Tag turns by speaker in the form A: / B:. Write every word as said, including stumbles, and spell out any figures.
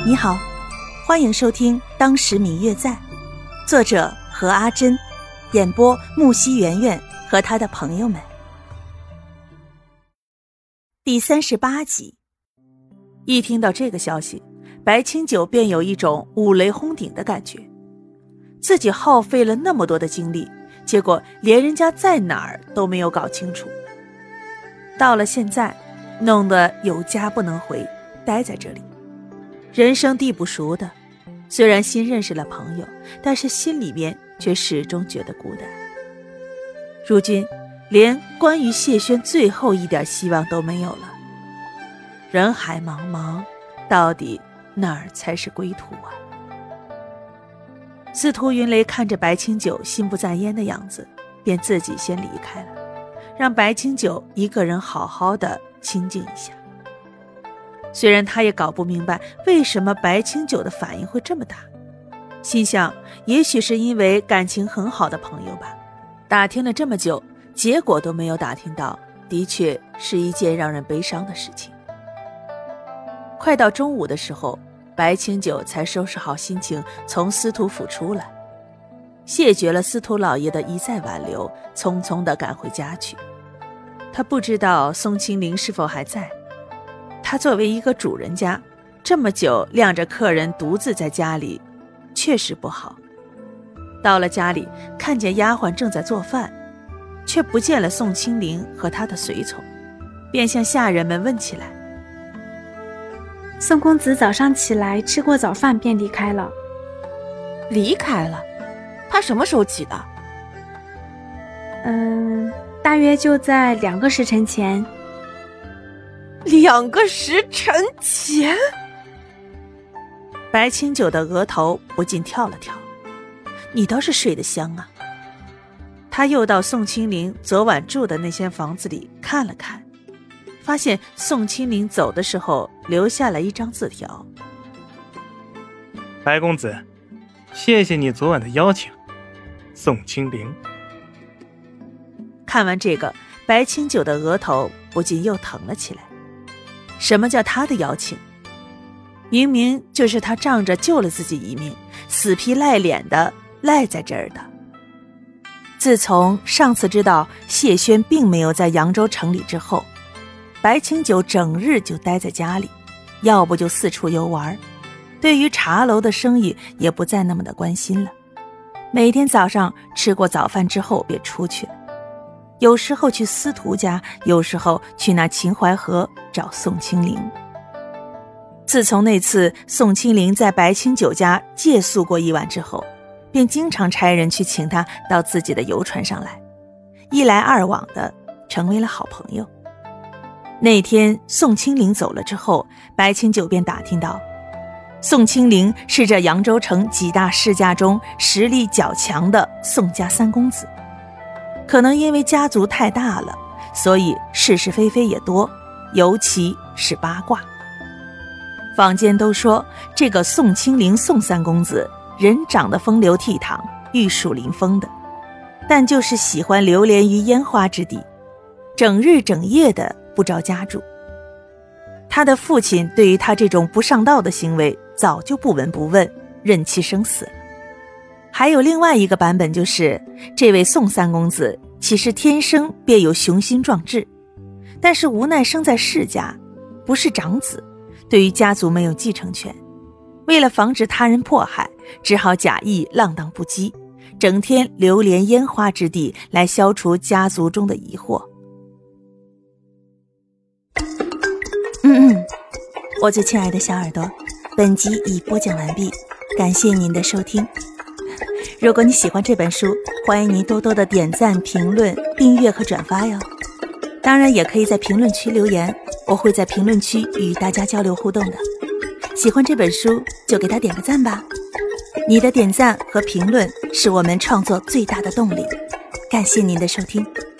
A: 你好，欢迎收听《当时明月在》，作者何阿珍，演播木西圆圆和他的朋友们。第三十八集。一听到这个消息，白清九便有一种五雷轰顶的感觉。自己耗费了那么多的精力，结果连人家在哪儿都没有搞清楚。到了现在，弄得有家不能回，待在这里。人生地不熟的，虽然新认识了朋友，但是心里面却始终觉得孤单。如今连关于谢轩最后一点希望都没有了。人海茫茫，到底哪儿才是归途啊？司徒云雷看着白清九心不在焉的样子，便自己先离开了，让白清九一个人好好的清静一下。虽然他也搞不明白为什么白清九的反应会这么大，心想也许是因为感情很好的朋友吧，打听了这么久，结果都没有打听到，的确是一件让人悲伤的事情。快到中午的时候，白清九才收拾好心情从司徒府出来，谢绝了司徒老爷的一再挽留，匆匆地赶回家去。他不知道宋清灵是否还在，他作为一个主人家，这么久晾着客人独自在家里，确实不好。到了家里，看见丫鬟正在做饭，却不见了宋清灵和他的随从，便向下人们问起来。
B: 宋公子早上起来吃过早饭便离开了。
C: 离开了？他什么时候起的？
B: 嗯，大约就在两个时辰前。
C: 两个时辰前？
A: 白清九的额头不禁跳了跳。你倒是睡得香啊。他又到宋清灵昨晚住的那间房子里看了看，发现宋清灵走的时候留下了一张字条。
D: 白公子，谢谢你昨晚的邀请，宋清灵。
A: 看完这个，白清九的额头不禁又疼了起来。什么叫他的邀请？明明就是他仗着救了自己一命，死皮赖脸的赖在这儿的。自从上次知道谢轩并没有在扬州城里之后，白清九整日就待在家里，要不就四处游玩，对于茶楼的生意也不再那么的关心了。每天早上吃过早饭之后便出去了，有时候去司徒家，有时候去那秦淮河找宋清灵。自从那次宋清灵在白清九家借宿过一晚之后，便经常差人去请他到自己的游船上来，一来二往的成为了好朋友。那天宋清灵走了之后，白清九便打听到，宋清灵是这扬州城几大世家中实力较强的宋家三公子。可能因为家族太大了，所以是是非非也多，尤其是八卦。坊间都说这个宋清灵宋三公子人长得风流倜傥，玉树临风的，但就是喜欢流连于烟花之地，整日整夜的不着家住。他的父亲对于他这种不上道的行为早就不闻不问，任其生死了。还有另外一个版本，就是这位宋三公子其实天生便有雄心壮志，但是无奈生在世家，不是长子，对于家族没有继承权，为了防止他人迫害，只好假意浪荡不羁，整天流连烟花之地，来消除家族中的疑惑。嗯嗯，我最亲爱的小耳朵，本集已播讲完毕，感谢您的收听。如果你喜欢这本书，欢迎您多多的点赞、评论、订阅和转发哟。当然也可以在评论区留言，我会在评论区与大家交流互动的。喜欢这本书就给它点个赞吧，你的点赞和评论是我们创作最大的动力。感谢您的收听。